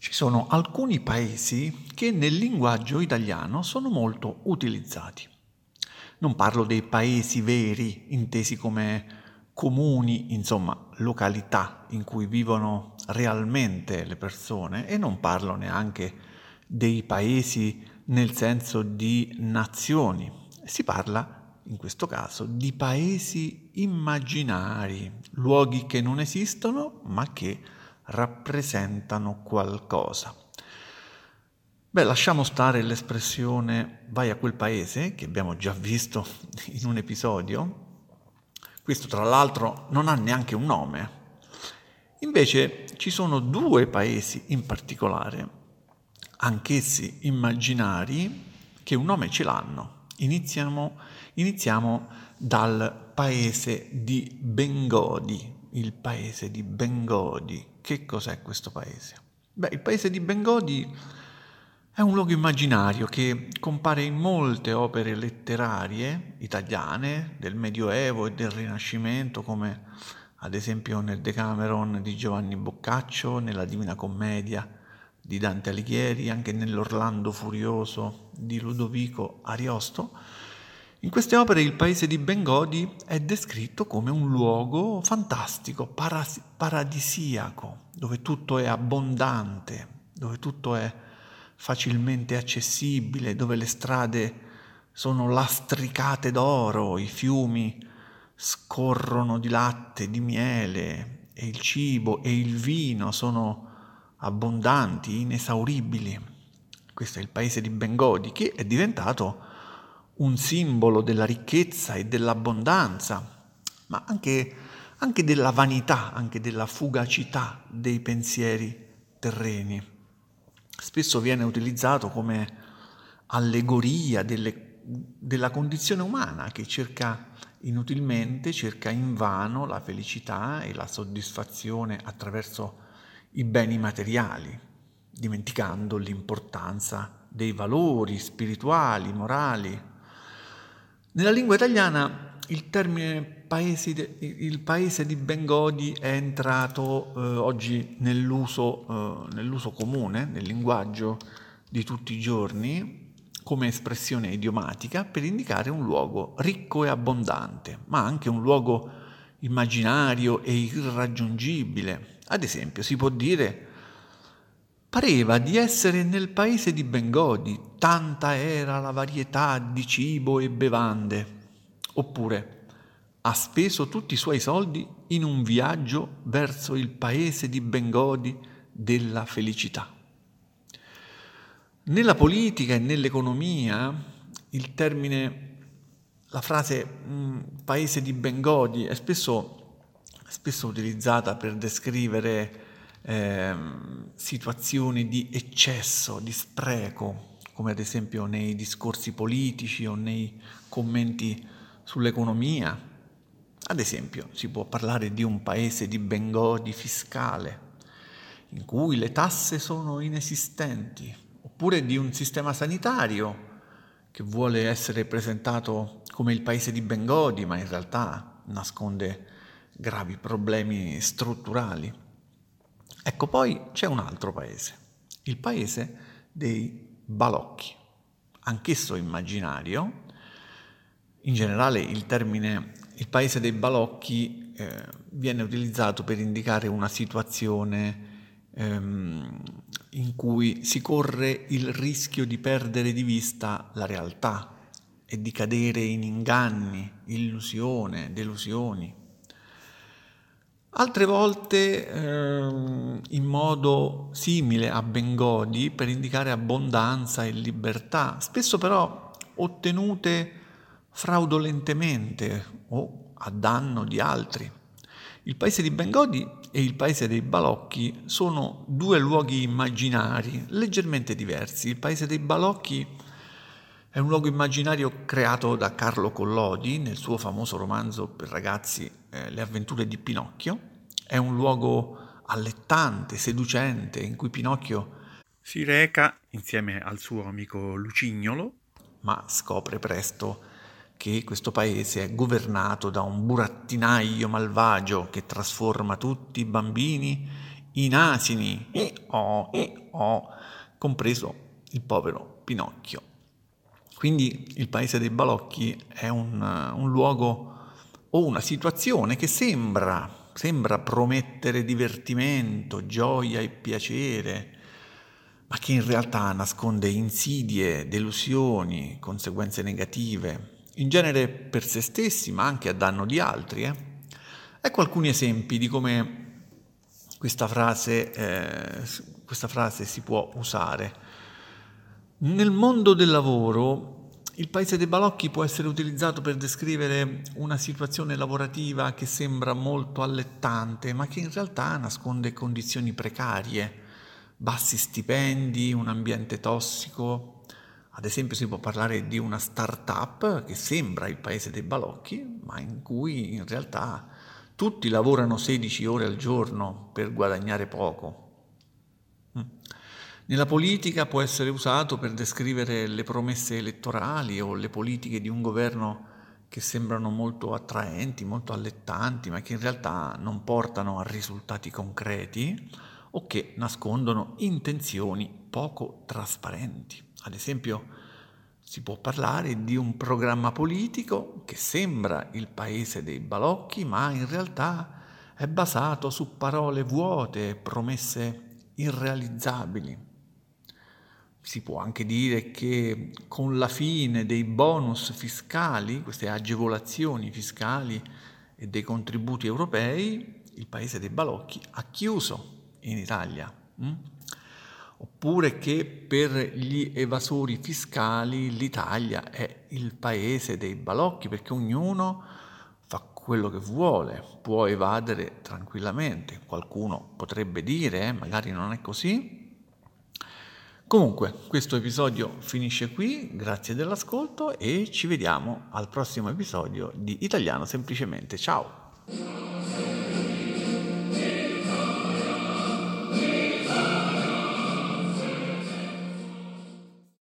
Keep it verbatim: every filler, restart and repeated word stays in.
Ci sono alcuni paesi che nel linguaggio italiano sono molto utilizzati. Non parlo dei paesi veri, intesi come comuni, insomma, località in cui vivono realmente le persone, e non parlo neanche dei paesi nel senso di nazioni. Si parla, in questo caso, di paesi immaginari, luoghi che non esistono ma che rappresentano qualcosa. Beh, lasciamo stare l'espressione vai a quel paese, che abbiamo già visto in un episodio. Questo, tra l'altro, non ha neanche un nome. Invece ci sono due paesi in particolare, anch'essi immaginari, che un nome ce l'hanno. Iniziamo, iniziamo dal paese di Bengodi. Il paese di Bengodi. Che cos'è questo paese? Beh, il paese di Bengodi è un luogo immaginario che compare in molte opere letterarie italiane del Medioevo e del Rinascimento, come ad esempio nel Decameron di Giovanni Boccaccio, nella Divina Commedia di Dante Alighieri, anche nell'Orlando Furioso di Ludovico Ariosto. In queste opere il paese di Bengodi è descritto come un luogo fantastico, paras- paradisiaco, dove tutto è abbondante, dove tutto è facilmente accessibile, dove le strade sono lastricate d'oro, i fiumi scorrono di latte, di miele, e il cibo e il vino sono abbondanti, inesauribili. Questo è il paese di Bengodi, che è diventato un simbolo della ricchezza e dell'abbondanza, ma anche, anche della vanità, anche della fugacità dei pensieri terreni. Spesso viene utilizzato come allegoria delle, della condizione umana che cerca inutilmente, cerca invano la felicità e la soddisfazione attraverso i beni materiali, dimenticando l'importanza dei valori spirituali, morali. Nella lingua italiana il termine paesi de, il paese di Bengodi è entrato eh, oggi nell'uso, eh, nell'uso comune, nel linguaggio di tutti i giorni, come espressione idiomatica per indicare un luogo ricco e abbondante, ma anche un luogo immaginario e irraggiungibile. Ad esempio, si può dire: pareva di essere nel paese di Bengodi, tanta era la varietà di cibo e bevande. Oppure, ha speso tutti i suoi soldi in un viaggio verso il paese di Bengodi della felicità. Nella politica e nell'economia il termine, la frase mh, paese di Bengodi è spesso, spesso utilizzata per descrivere eh, situazioni di eccesso, di spreco, come ad esempio nei discorsi politici o nei commenti sull'economia. Ad esempio, si può parlare di un paese di Bengodi fiscale, in cui le tasse sono inesistenti, oppure di un sistema sanitario che vuole essere presentato come il paese di Bengodi, ma in realtà nasconde gravi problemi strutturali. Ecco, poi c'è un altro paese, il paese dei balocchi, anch'esso immaginario. In generale il termine il paese dei balocchi eh, viene utilizzato per indicare una situazione ehm, in cui si corre il rischio di perdere di vista la realtà e di cadere in inganni, illusione, delusioni. Altre volte ehm, in modo simile a Bengodi per indicare abbondanza e libertà, spesso però ottenute fraudolentemente o a danno di altri. Il paese di Bengodi e il paese dei balocchi sono due luoghi immaginari leggermente diversi. Il paese dei balocchi è un luogo immaginario creato da Carlo Collodi nel suo famoso romanzo per ragazzi eh, Le avventure di Pinocchio. È un luogo allettante, seducente, in cui Pinocchio si reca insieme al suo amico Lucignolo, ma scopre presto che questo paese è governato da un burattinaio malvagio che trasforma tutti i bambini in asini, e oh, e oh, compreso il povero Pinocchio. Quindi il paese dei balocchi è un, un luogo o una situazione che sembra, sembra promettere divertimento, gioia e piacere, ma che in realtà nasconde insidie, delusioni, conseguenze negative, in genere per se stessi, ma anche a danno di altri. Eh? Ecco alcuni esempi di come questa frase, eh, questa frase si può usare. Nel mondo del lavoro, il paese dei balocchi può essere utilizzato per descrivere una situazione lavorativa che sembra molto allettante, ma che in realtà nasconde condizioni precarie, bassi stipendi, un ambiente tossico. Ad esempio si può parlare di una start-up che sembra il paese dei balocchi, ma in cui in realtà tutti lavorano sedici ore al giorno per guadagnare poco. Nella politica può essere usato per descrivere le promesse elettorali o le politiche di un governo che sembrano molto attraenti, molto allettanti, ma che in realtà non portano a risultati concreti o che nascondono intenzioni poco trasparenti. Ad esempio, si può parlare di un programma politico che sembra il paese dei balocchi, ma in realtà è basato su parole vuote, promesse irrealizzabili. Si può anche dire che con la fine dei bonus fiscali, queste agevolazioni fiscali e dei contributi europei, il paese dei balocchi ha chiuso in Italia. Hm? Oppure che per gli evasori fiscali l'Italia è il paese dei balocchi, perché ognuno fa quello che vuole, può evadere tranquillamente. Qualcuno potrebbe dire, eh, magari non è così. Comunque, questo episodio finisce qui, grazie dell'ascolto e ci vediamo al prossimo episodio di Italiano Semplicemente. Ciao!